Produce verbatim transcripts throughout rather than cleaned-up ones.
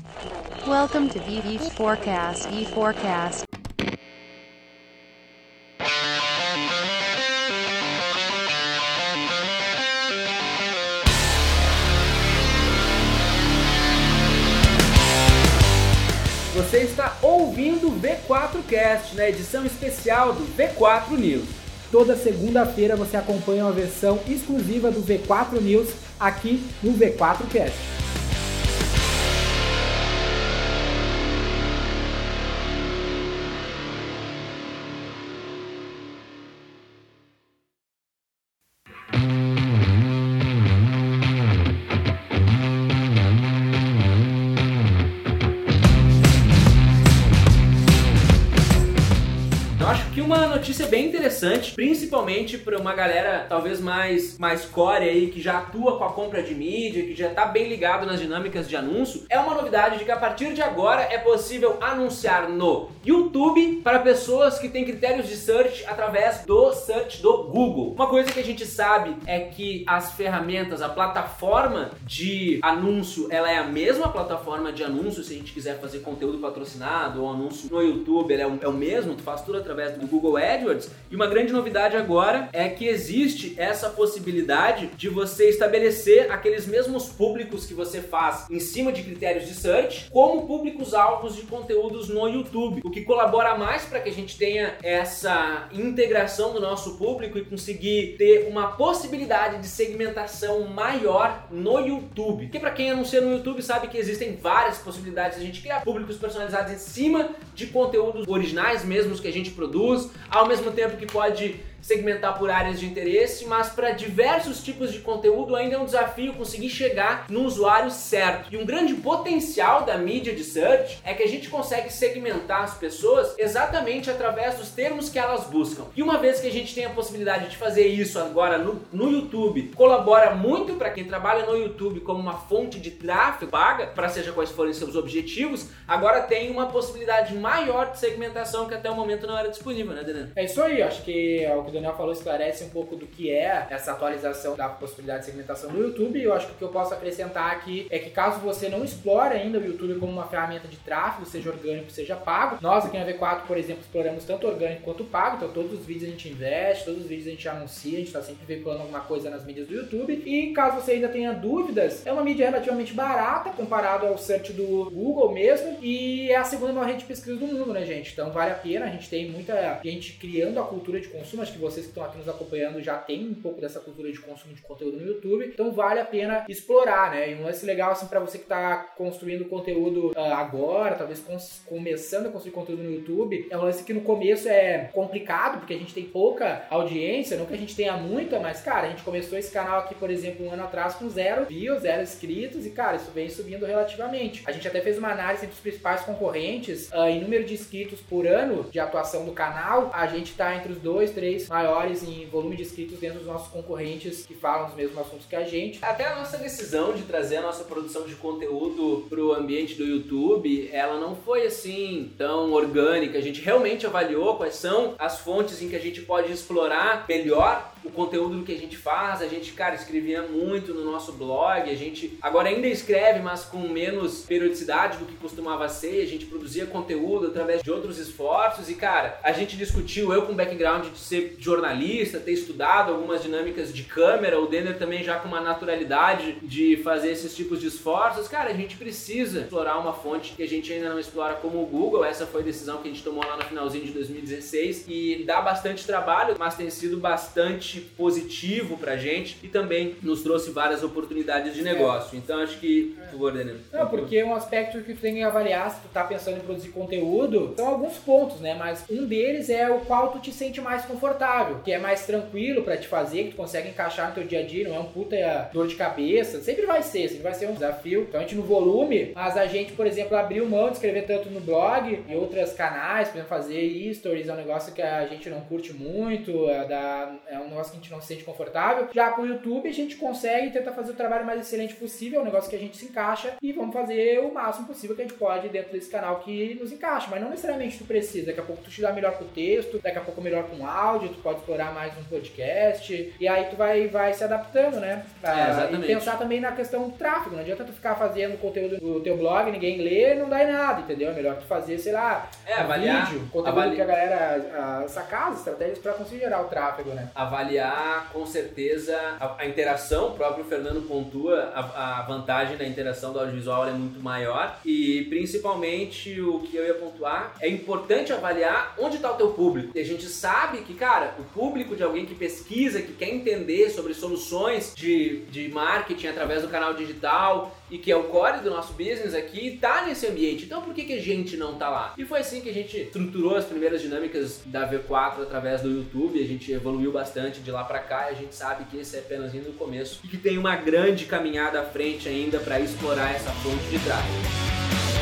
Welcome to V V Forecast. V Forecast. Você está ouvindo o V quatro Cast, na edição especial do V quatro News. Toda segunda-feira você acompanha uma versão exclusiva do V quatro News aqui no V quatro Cast. Uma notícia bem interessante, principalmente para uma galera talvez mais, mais core aí, que já atua com a compra de mídia, que já está bem ligado nas dinâmicas de anúncio. É uma novidade de que a partir de agora é possível anunciar no YouTube para pessoas que têm critérios de search através do search do Google. Uma coisa que a gente sabe é que as ferramentas, a plataforma de anúncio, ela é a mesma plataforma de anúncio. Se a gente quiser fazer conteúdo patrocinado ou anúncio no YouTube, ele é o, é o mesmo, tu faz tudo através do Google Google AdWords. E uma grande novidade agora é que existe essa possibilidade de você estabelecer aqueles mesmos públicos que você faz em cima de critérios de search como públicos-alvos de conteúdos no YouTube, o que colabora mais para que a gente tenha essa integração do nosso público e conseguir ter uma possibilidade de segmentação maior no YouTube. Porque para quem anuncia no YouTube sabe que existem várias possibilidades de a gente criar públicos personalizados em cima de conteúdos originais mesmos que a gente produz, ao mesmo tempo que pode segmentar por áreas de interesse, mas para diversos tipos de conteúdo ainda é um desafio conseguir chegar no usuário certo. E um grande potencial da mídia de search é que a gente consegue segmentar as pessoas exatamente através dos termos que elas buscam. E uma vez que a gente tem a possibilidade de fazer isso agora no, no YouTube, colabora muito para quem trabalha no YouTube como uma fonte de tráfego paga, para seja quais forem seus objetivos, agora tem uma possibilidade maior de segmentação que até o momento não era disponível, né, Daniel? É isso aí, acho que é o que o Daniel falou esclarece um pouco do que é essa atualização da possibilidade de segmentação no YouTube. E eu acho que o que eu posso acrescentar aqui é que caso você não explore ainda o YouTube como uma ferramenta de tráfego, seja orgânico, seja pago, nós aqui na V quatro, por exemplo, exploramos tanto orgânico quanto pago, então todos os vídeos a gente investe, todos os vídeos a gente anuncia, a gente está sempre veiculando alguma coisa nas mídias do YouTube. E caso você ainda tenha dúvidas, é uma mídia relativamente barata comparado ao search do Google mesmo, e é a segunda maior rede de pesquisa do mundo, né, gente? Então vale a pena, a gente tem muita gente criando a cultura de consumo, acho que vocês que estão aqui nos acompanhando já tem um pouco dessa cultura de consumo de conteúdo no YouTube, então vale a pena explorar, né? E um lance legal, assim, para você que está construindo conteúdo uh, agora, talvez cons- começando a construir conteúdo no YouTube, é um lance que no começo é complicado, porque a gente tem pouca audiência, não que a gente tenha muita, mas, cara, a gente começou esse canal aqui, por exemplo, um ano atrás com zero views, zero inscritos, e, cara, isso vem subindo relativamente. A gente até fez uma análise entre os principais concorrentes, uh, em número de inscritos por ano de atuação do canal, a gente tá entre os dois, três maiores em volume de inscritos dentro dos nossos concorrentes que falam dos mesmos assuntos que a gente. Até a nossa decisão de trazer a nossa produção de conteúdo pro ambiente do YouTube, ela não foi assim tão orgânica. A gente realmente avaliou quais são as fontes em que a gente pode explorar melhor o conteúdo que a gente faz. A gente, cara, escrevia muito no nosso blog, a gente agora ainda escreve, mas com menos periodicidade do que costumava ser. A gente produzia conteúdo através de outros esforços e, cara, a gente discutiu, eu com background de ser jornalista, ter estudado algumas dinâmicas de câmera, o Denner também já com uma naturalidade de fazer esses tipos de esforços. Cara, a gente precisa explorar uma fonte que a gente ainda não explora como o Google. Essa foi a decisão que a gente tomou lá no finalzinho de dois mil e dezesseis e dá bastante trabalho, mas tem sido bastante positivo pra gente e também nos trouxe várias oportunidades de negócio. Então acho que, por favor, Denner. Não, porque um aspecto que tu tem que avaliar se tu tá pensando em produzir conteúdo são alguns pontos, né? Mas um deles é o qual tu te sente mais confortável, que é mais tranquilo pra te fazer, que tu consegue encaixar no teu dia a dia, não é um puta dor de cabeça. Sempre vai ser, sempre vai ser um desafio. Então a gente no volume, mas a gente, por exemplo, abriu mão de escrever tanto no blog e outros canais, por exemplo, fazer stories é um negócio que a gente não curte muito, é, da, é um negócio negócio que a gente não se sente confortável. Já com o YouTube a gente consegue tentar fazer o trabalho mais excelente possível, é um negócio que a gente se encaixa e vamos fazer o máximo possível que a gente pode dentro desse canal que nos encaixa, mas não necessariamente tu precisa. Daqui a pouco tu te dá melhor com o texto, daqui a pouco melhor com o áudio, tu pode explorar mais um podcast e aí tu vai, vai se adaptando, né? Pra, é, exatamente. E pensar também na questão do tráfego. Não adianta tu ficar fazendo conteúdo do teu blog, ninguém lê, não dá em nada, entendeu? É melhor tu fazer, sei lá, é, um avaliar, vídeo, conteúdo avali... que a galera a, sacar as estratégias pra conseguir gerar o tráfego, né? Avaliar, com certeza, a, a interação. O próprio Fernando pontua, a, a vantagem da interação do audiovisual é muito maior e principalmente o que eu ia pontuar, é importante avaliar onde está o teu público. E a gente sabe que, cara, o público de alguém que pesquisa, que quer entender sobre soluções de, de marketing através do canal digital e que é o core do nosso business aqui, tá nesse ambiente. Então por que, que a gente não tá lá? E foi assim que a gente estruturou as primeiras dinâmicas da V quatro através do YouTube. A gente evoluiu bastante de lá pra cá e a gente sabe que esse é apenas ainda o começo e que tem uma grande caminhada à frente ainda para explorar essa fonte de tráfego.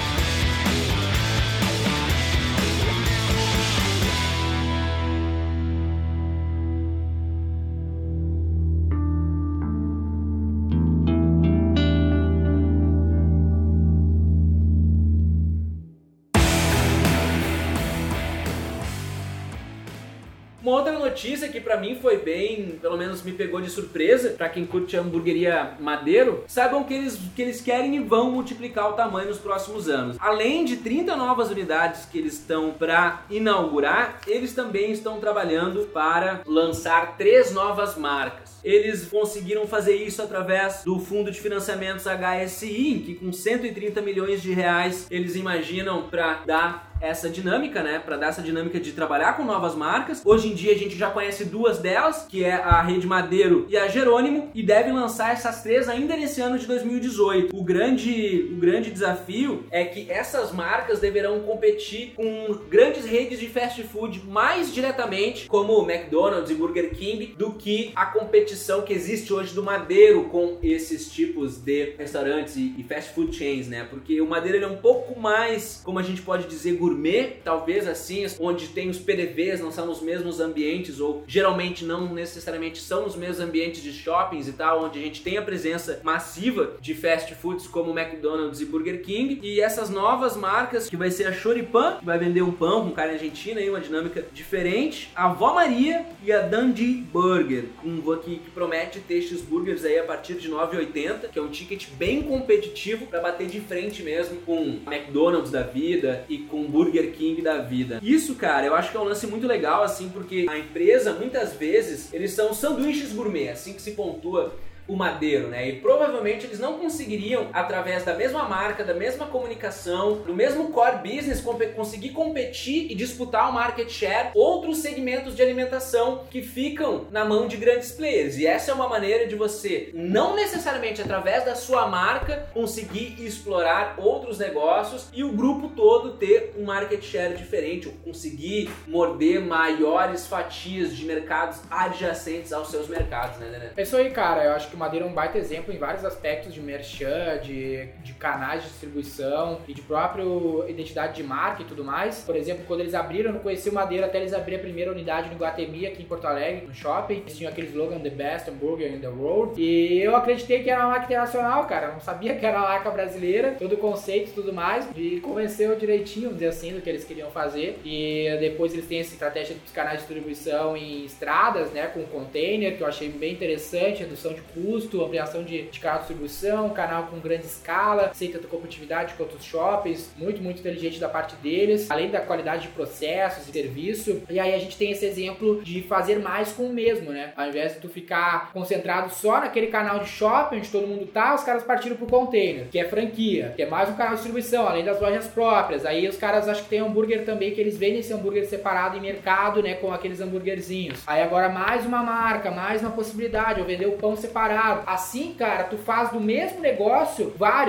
Uma outra notícia que pra mim foi bem, pelo menos me pegou de surpresa, pra quem curte a hamburgueria Madeiro, saibam que eles, que eles querem e vão multiplicar o tamanho nos próximos anos. Além de trinta novas unidades que eles estão pra inaugurar, eles também estão trabalhando para lançar três novas marcas. Eles conseguiram fazer isso através do Fundo de Financiamentos H S I, em que com cento e trinta milhões de reais eles imaginam para dar essa dinâmica, né, para dar essa dinâmica de trabalhar com novas marcas. Hoje em dia a gente já conhece duas delas, que é a Rede Madeiro e a Jerônimo, e deve lançar essas três ainda nesse ano de dois mil e dezoito. O grande, o grande desafio é que essas marcas deverão competir com grandes redes de fast food mais diretamente, como o McDonald's e Burger King, do que a competição que existe hoje do Madeiro com esses tipos de restaurantes e, e fast food chains, né? Porque o Madeiro ele é um pouco mais, como a gente pode dizer, gourmet, talvez assim, onde tem os P D Vs, não são nos mesmos ambientes, ou geralmente não necessariamente são nos mesmos ambientes de shoppings e tal, onde a gente tem a presença massiva de fast foods como McDonald's e Burger King. E essas novas marcas, que vai ser a Choripan, que vai vender um pão com carne argentina e uma dinâmica diferente, a Vó Maria e a Dundee Burger, um que, que promete ter cheeseburgers aí a partir de nove reais e oitenta centavos, que é um ticket bem competitivo para bater de frente mesmo com McDonald's da vida e com Burger King da vida. Isso, cara, eu acho que é um lance muito legal, assim, porque a empresa, muitas vezes, eles são sanduíches gourmet, assim que se pontua o Madeiro, né? E provavelmente eles não conseguiriam, através da mesma marca, da mesma comunicação, do mesmo core business, comp- conseguir competir e disputar o market share, outros segmentos de alimentação que ficam na mão de grandes players. E essa é uma maneira de você, não necessariamente através da sua marca, conseguir explorar outros negócios e o grupo todo ter um market share diferente, ou conseguir morder maiores fatias de mercados adjacentes aos seus mercados, né, né? É isso aí, cara. Eu acho que o Madeiro é um baita exemplo em vários aspectos de merchan, de, de canais de distribuição e de própria identidade de marca e tudo mais. Por exemplo, quando eles abriram, eu não conheci o Madeiro até eles abrirem a primeira unidade no Iguatemi, aqui em Porto Alegre, no shopping. Eles tinham aquele slogan The Best Hamburger in the World. E eu acreditei que era uma marca internacional, cara. Eu não sabia que era uma marca brasileira, todo o conceito e tudo mais. E convenceu direitinho, vamos dizer assim, do que eles queriam fazer. E depois eles têm essa estratégia dos canais de distribuição em estradas, né, com container, que eu achei bem interessante, redução de custo, custo, ampliação de, de canal de distribuição, canal com grande escala, sem tanta competitividade com outros shoppings, muito, muito inteligente da parte deles, além da qualidade de processos e serviço. E aí a gente tem esse exemplo de fazer mais com o mesmo, né? Ao invés de tu ficar concentrado só naquele canal de shopping onde todo mundo tá, os caras partiram pro container, que é franquia, que é mais um canal de distribuição, além das lojas próprias. Aí os caras acham que tem hambúrguer também, que eles vendem esse hambúrguer separado em mercado, né, com aqueles hambúrguerzinhos. Aí agora mais uma marca, mais uma possibilidade, eu vender o pão separado. Assim, cara, tu faz do mesmo negócio vários.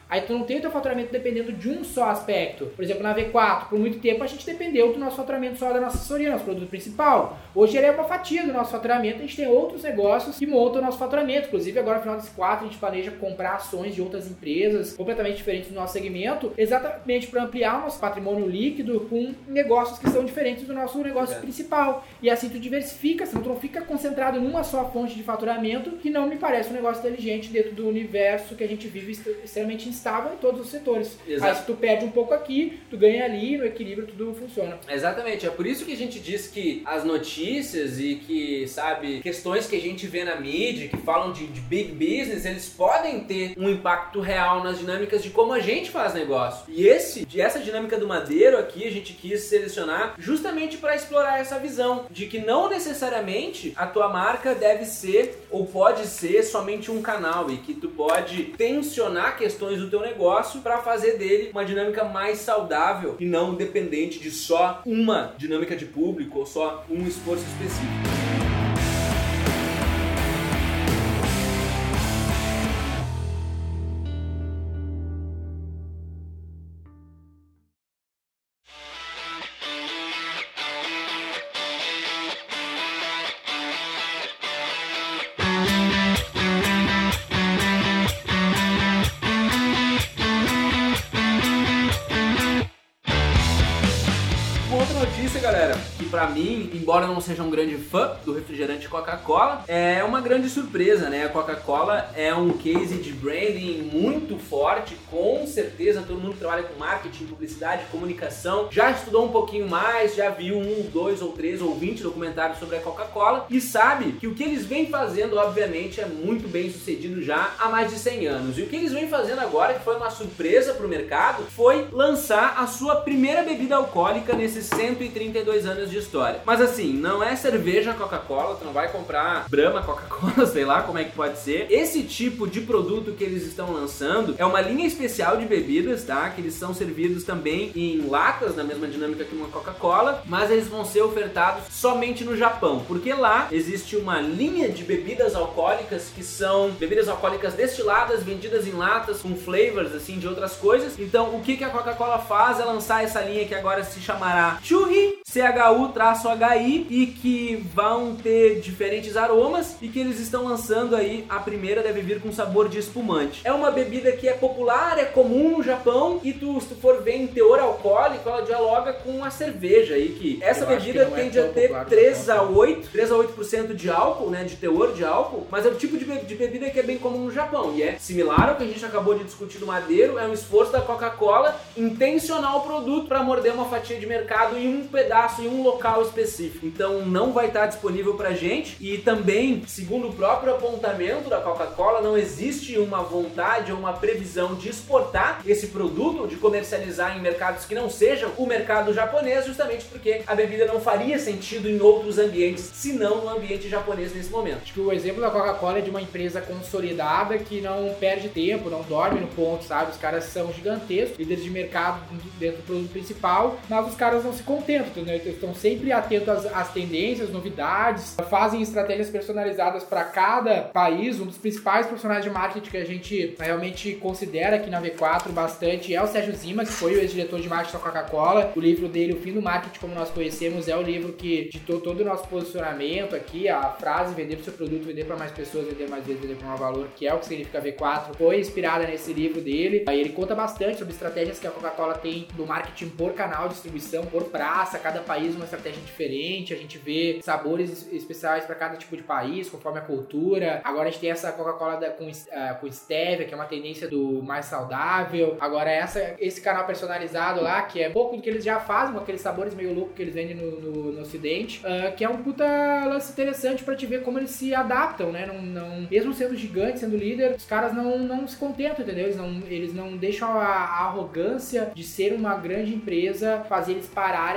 Aí tu não tem o teu faturamento dependendo de um só aspecto. Por exemplo, na V quatro, por muito tempo a gente dependeu do nosso faturamento só da nossa assessoria, nosso produto principal. Hoje ele é uma fatia do nosso faturamento, a gente tem outros negócios que montam o nosso faturamento. Inclusive agora no final desse quatro a gente planeja comprar ações de outras empresas completamente diferentes do nosso segmento, exatamente para ampliar o nosso patrimônio líquido com negócios que são diferentes do nosso negócio é. principal. E assim tu diversifica, senão tu não fica concentrado numa só fonte de faturamento, que não me parece um negócio inteligente dentro do universo que a gente vive extremamente instável em todos os setores. Exato. Aí se tu perde um pouco aqui, tu ganha ali, no equilíbrio tudo funciona. Exatamente, é por isso que a gente diz que as notícias e que, sabe, questões que a gente vê na mídia, que falam de, de big business, eles podem ter um impacto real nas dinâmicas de como a gente faz negócio. E esse, de essa dinâmica do Madeiro aqui, a gente quis selecionar justamente para explorar essa visão de que não necessariamente a tua marca deve ser ou pode ser somente um canal e que tu pode tensionar questões do teu negócio para fazer dele uma dinâmica mais saudável e não dependente de só uma dinâmica de público ou só um esforço específico. Galera, que pra mim, embora eu não seja um grande fã do refrigerante Coca-Cola, é uma grande surpresa, né? A Coca-Cola é um case de branding muito forte, com certeza todo mundo que trabalha com marketing, publicidade, comunicação, já estudou um pouquinho mais, já viu um, dois ou três ou vinte documentários sobre a Coca-Cola e sabe que o que eles vêm fazendo, obviamente, é muito bem sucedido já há mais de cem anos. E o que eles vêm fazendo agora, que foi uma surpresa pro mercado, foi lançar a sua primeira bebida alcoólica nesses cento e trinta e dois anos de história. Mas assim, não é cerveja Coca-Cola, tu não vai comprar Brahma Coca-Cola, sei lá como é que pode ser. Esse tipo de produto que eles estão lançando é uma linha especial de bebidas, tá? Que eles são servidos também em latas, na mesma dinâmica que uma Coca-Cola, mas eles vão ser ofertados somente no Japão, porque lá existe uma linha de bebidas alcoólicas que são bebidas alcoólicas destiladas, vendidas em latas, com flavors, assim, de outras coisas. Então, o que que a Coca-Cola faz é lançar essa linha que agora se chamará Churri, C H U-H I, e que vão ter diferentes aromas e que eles estão lançando aí, a primeira deve vir com sabor de espumante. É uma bebida que é popular, é comum no Japão e tu, se tu for ver em teor alcoólico, ela dialoga com a cerveja aí, que essa Eu bebida que tende é a ter três a oito por cento de álcool, né, de teor de álcool, mas é o tipo de, be- de bebida que é bem comum no Japão e é similar ao que a gente acabou de discutir do Madeiro, é um esforço da Coca-Cola intencionar o produto para morder uma fatia de mercado em um pedaço, em um local específico. Então não vai estar disponível pra gente e também, segundo o próprio apontamento da Coca-Cola, não existe uma vontade ou uma previsão de exportar esse produto ou de comercializar em mercados que não sejam o mercado japonês, justamente porque a bebida não faria sentido em outros ambientes, senão no ambiente japonês nesse momento. Acho que o exemplo da Coca-Cola é de uma empresa consolidada que não perde tempo, não dorme no ponto, sabe? Os caras são gigantescos, líderes de mercado dentro do produto principal, mas os caras não se contentam, né? Eles estão sempre atentos às, às tendências, novidades, fazem estratégias personalizadas para cada país. Um dos principais profissionais de marketing que a gente realmente considera aqui na V quatro bastante é o Sérgio Zima, que foi o ex-diretor de marketing da Coca-Cola. O livro dele, O Fim do Marketing Como Nós Conhecemos, é o livro que ditou todo o nosso posicionamento aqui, a frase vender pro seu produto, vender para mais pessoas, vender mais vezes, vender para maior valor, que é o que significa V quatro, foi inspirada nesse livro dele. Aí ele conta bastante sobre estratégias que a Coca-Cola tem do marketing por canal de distribuição, por praça, cada país uma estratégia diferente, a gente vê sabores especiais para cada tipo de país, conforme a cultura. Agora a gente tem essa Coca-Cola da, com, uh, com stevia, que é uma tendência do mais saudável. Agora essa, esse canal personalizado lá, que é pouco do que eles já fazem, com aqueles sabores meio loucos que eles vendem no, no, no ocidente, uh, que é um puta lance interessante pra te ver como eles se adaptam, né? Não, não, mesmo sendo gigante, sendo líder, os caras não, não se contentam, entendeu? Eles não, eles não deixam a, a arrogância de ser uma grande empresa fazer eles pararem de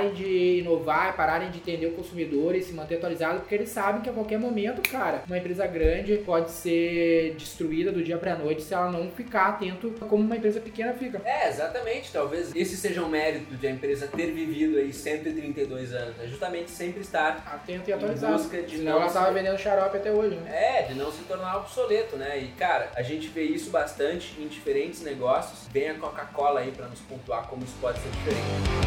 de inovar, pararem de entender o consumidor e se manter atualizado, porque eles sabem que a qualquer momento, cara, uma empresa grande pode ser destruída do dia pra noite se ela não ficar atento como uma empresa pequena fica. É, exatamente. Talvez esse seja um mérito de a empresa ter vivido aí cento e trinta e dois anos. É justamente sempre estar atento e atualizado. Em busca de Senão não ela se... tava vendendo xarope até hoje, né? É, de não se tornar obsoleto, né? E, cara, a gente vê isso bastante em diferentes negócios. Vem a Coca-Cola aí pra nos pontuar como isso pode ser diferente.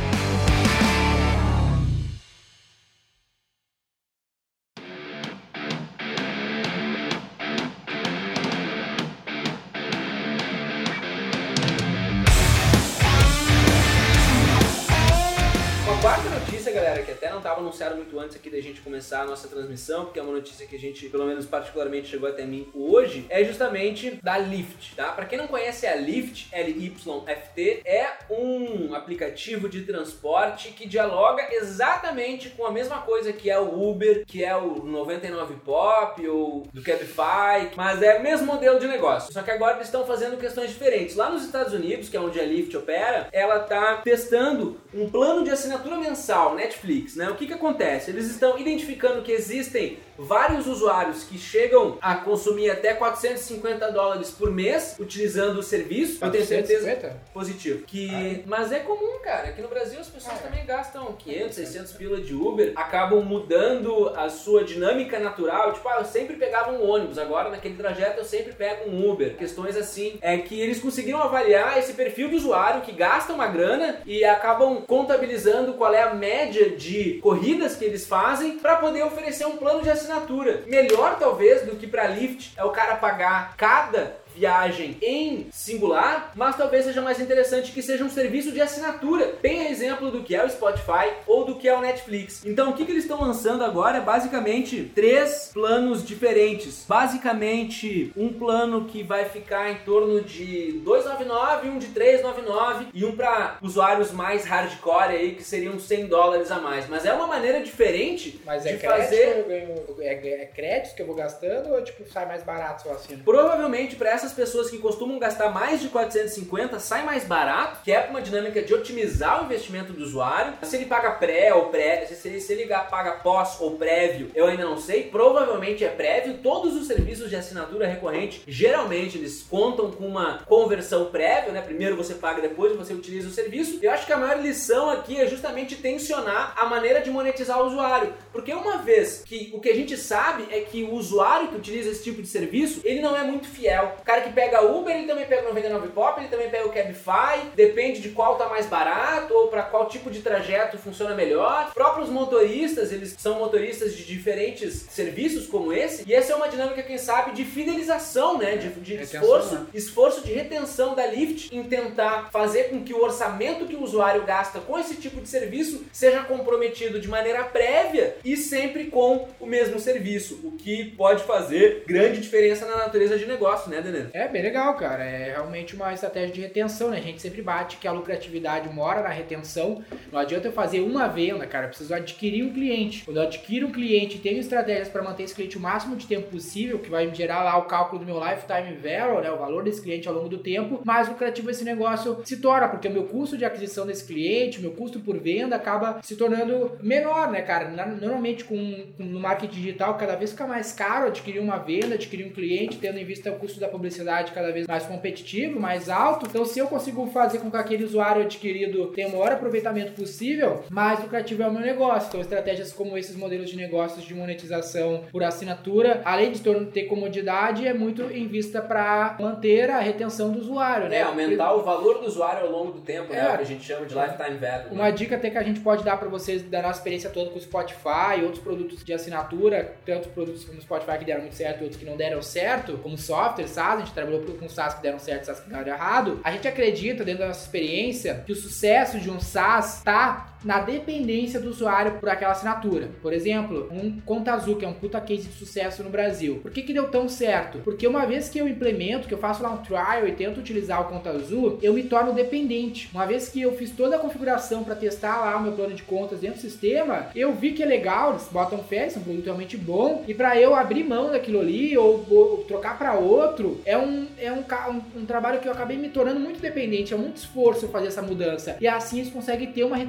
Quarta notícia, galera, que até não estava anunciado muito antes aqui da gente começar a nossa transmissão, porque é uma notícia que a gente, pelo menos particularmente, chegou até mim hoje, é justamente da Lyft, tá? Pra quem não conhece a Lyft, L Y F T, é um aplicativo de transporte que dialoga exatamente com a mesma coisa que é o Uber, que é o noventa e nove Pop ou do Cabify, mas é o mesmo modelo de negócio, só que agora eles estão fazendo questões diferentes. Lá nos Estados Unidos, que é onde a Lyft opera, ela tá testando um plano de assinatura mensal, Netflix, né? O que que acontece? Eles estão identificando que existem vários usuários que chegam a consumir até quatrocentos e cinquenta dólares por mês utilizando o serviço. Eu tenho certeza positivo. Que, ah, mas é comum, cara. Aqui no Brasil as pessoas ah, também gastam quinhentos, seiscentos pila de Uber, acabam mudando a sua dinâmica natural. Tipo, ah, eu sempre pegava um ônibus, agora naquele trajeto eu sempre pego um Uber. Questões assim, é que eles conseguiram avaliar esse perfil de usuário que gasta uma grana e acabam contabilizando qual é a média de corridas que eles fazem para poder oferecer um plano de assinatura. Melhor talvez do que para Lyft é o cara pagar cada viagem em singular, mas talvez seja mais interessante que seja um serviço de assinatura, bem exemplo do que é o Spotify ou do que é o Netflix. Então o que, que eles estão lançando agora é basicamente três planos diferentes. Basicamente um plano que vai ficar em torno de duzentos e noventa e nove, um de trezentos e noventa e nove e um para usuários mais hardcore aí que seriam cem dólares a mais. Mas é uma maneira diferente mas é de crédito, fazer... eu ganho, é, é crédito que eu vou gastando ou tipo sai mais barato se eu assino? Provavelmente para essa essas pessoas que costumam gastar mais de quatrocentos e cinquenta sai mais barato, que é uma dinâmica de otimizar o investimento do usuário. Se ele paga pré ou pré, se ele, se ele paga pós ou prévio, eu ainda não sei, provavelmente é prévio. Todos os serviços de assinatura recorrente, geralmente eles contam com uma conversão prévia, né? Primeiro você paga, depois você utiliza o serviço. Eu acho que a maior lição aqui é justamente tensionar a maneira de monetizar o usuário, porque uma vez que o que a gente sabe é que o usuário que utiliza esse tipo de serviço, ele não é muito fiel. O cara que pega Uber, ele também pega o noventa e nove Pop, ele também pega o Cabify, depende de qual tá mais barato ou para qual tipo de trajeto funciona melhor. Os próprios motoristas, eles são motoristas de diferentes serviços como esse, e essa é uma dinâmica, quem sabe, de fidelização, né, de, de esforço, né? esforço de retenção da Lyft em tentar fazer com que o orçamento que o usuário gasta com esse tipo de serviço seja comprometido de maneira prévia e sempre com o mesmo serviço, o que pode fazer grande diferença na natureza de negócio, né, Denner? É bem legal, cara. É realmente uma estratégia de retenção, né? A gente sempre bate que a lucratividade mora na retenção. Não adianta eu fazer uma venda, cara. Eu preciso adquirir um cliente. Quando eu adquiro um cliente e tenho estratégias para manter esse cliente o máximo de tempo possível, que vai me gerar lá o cálculo do meu lifetime value, né? O valor desse cliente ao longo do tempo, mais lucrativo esse negócio se torna, porque o meu custo de aquisição desse cliente, o meu custo por venda acaba se tornando menor, né, cara? Normalmente com, com no marketing digital cada vez fica mais caro adquirir uma venda, adquirir um cliente, tendo em vista o custo da publicidade cada vez mais competitivo, mais alto. Então, se eu consigo fazer com que aquele usuário adquirido tenha o maior aproveitamento possível, mais lucrativo é o meu negócio. Então, estratégias como esses modelos de negócios de monetização por assinatura, além de ter comodidade, é muito em vista para manter a retenção do usuário, né? É, aumentar Porque... o valor do usuário ao longo do tempo, é, né? O que a gente chama de lifetime value. Uma né? dica até que a gente pode dar para vocês da nossa experiência toda com o Spotify e outros produtos de assinatura, tanto produtos como o Spotify que deram muito certo e outros que não deram certo, como software, SaaS, a gente trabalhou com SaaS que deram certo e SaaS que deram errado. A gente acredita, dentro da nossa experiência, que o sucesso de um SaaS está na dependência do usuário por aquela assinatura. Por exemplo, um Conta Azul, que é um puta case de sucesso no Brasil. Por que que deu tão certo? Porque uma vez que eu implemento, que eu faço lá um trial e tento utilizar o Conta Azul, eu me torno dependente. Uma vez que eu fiz toda a configuração para testar lá o meu plano de contas dentro do sistema, eu vi que é legal, eles botam fé, é um produto realmente bom, e para eu abrir mão daquilo ali ou, ou trocar para outro, é, um, é um, um, um trabalho que eu acabei me tornando muito dependente, é muito esforço fazer essa mudança. E assim eles conseguem ter uma retenção maior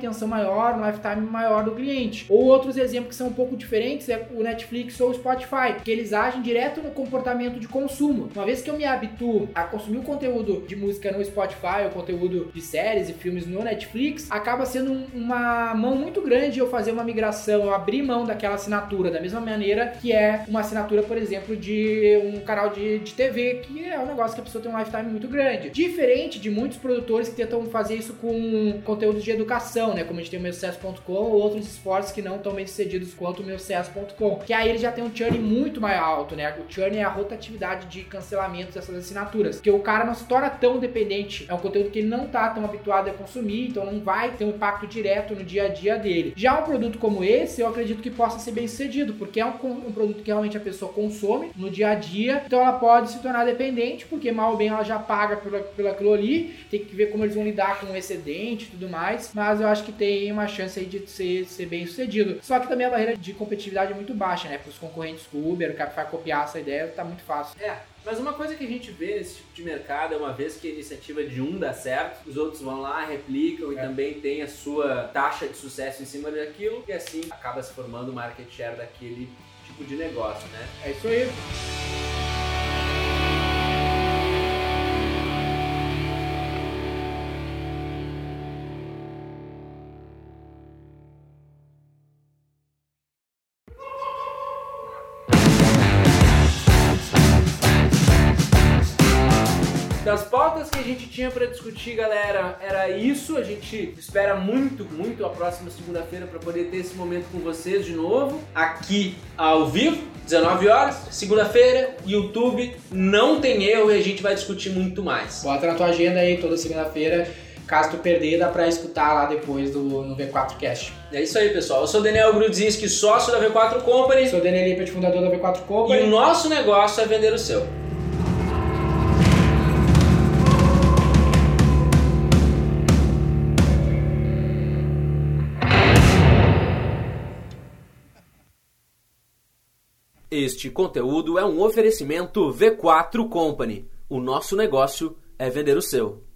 maior, um lifetime maior do cliente. Ou outros exemplos que são um pouco diferentes é o Netflix ou o Spotify, que eles agem direto no comportamento de consumo. Uma vez que eu me habituo a consumir o conteúdo de música no Spotify, o conteúdo de séries e filmes no Netflix, acaba sendo um, uma mão muito grande eu fazer uma migração, eu abrir mão daquela assinatura, da mesma maneira que é uma assinatura, por exemplo, de um canal de, de T V, que é um negócio que a pessoa tem um lifetime muito grande. Diferente de muitos produtores que tentam fazer isso com conteúdos de educação, né? Como a gente tem o meu sucesso ponto com ou outros esforços que não estão bem sucedidos quanto o meu sucesso ponto com, que aí ele já tem um churn muito mais alto, né? O churn é a rotatividade de cancelamentos dessas assinaturas, porque o cara não se torna tão dependente, é um conteúdo que ele não tá tão habituado a consumir, então não vai ter um impacto direto no dia a dia dele. Já um produto como esse, eu acredito que possa ser bem sucedido, porque é um, um produto que realmente a pessoa consome no dia a dia, então ela pode se tornar dependente, porque mal ou bem ela já paga pelo, pelo aquilo ali, tem que ver como eles vão lidar com o excedente e tudo mais, mas eu acho que tem uma chance aí de ser, ser bem sucedido. Só que também a barreira de competitividade é muito baixa, né? Para os concorrentes com o Uber, o cara vai copiar essa ideia, tá muito fácil. É, mas uma coisa que a gente vê nesse tipo de mercado é uma vez que a iniciativa de um dá certo, os outros vão lá, replicam e é. também tem a sua taxa de sucesso em cima daquilo e assim acaba se formando o market share daquele tipo de negócio, né? É isso aí. Das pautas que a gente tinha pra discutir, galera, era isso. A gente espera muito, muito a próxima segunda-feira pra poder ter esse momento com vocês de novo. Aqui ao vivo, dezenove horas, segunda-feira, YouTube, não tem erro e a gente vai discutir muito mais. Bota na tua agenda aí toda segunda-feira. Caso tu perder, dá pra escutar lá depois do, no V quatro Cast. É isso aí, pessoal. Eu sou o Daniel Grudzinski, sócio da V quatro Company. Sou o Daniel Lippert, fundador da V quatro Company. E o nosso negócio é vender o seu. Este conteúdo é um oferecimento V quatro Company. O nosso negócio é vender o seu.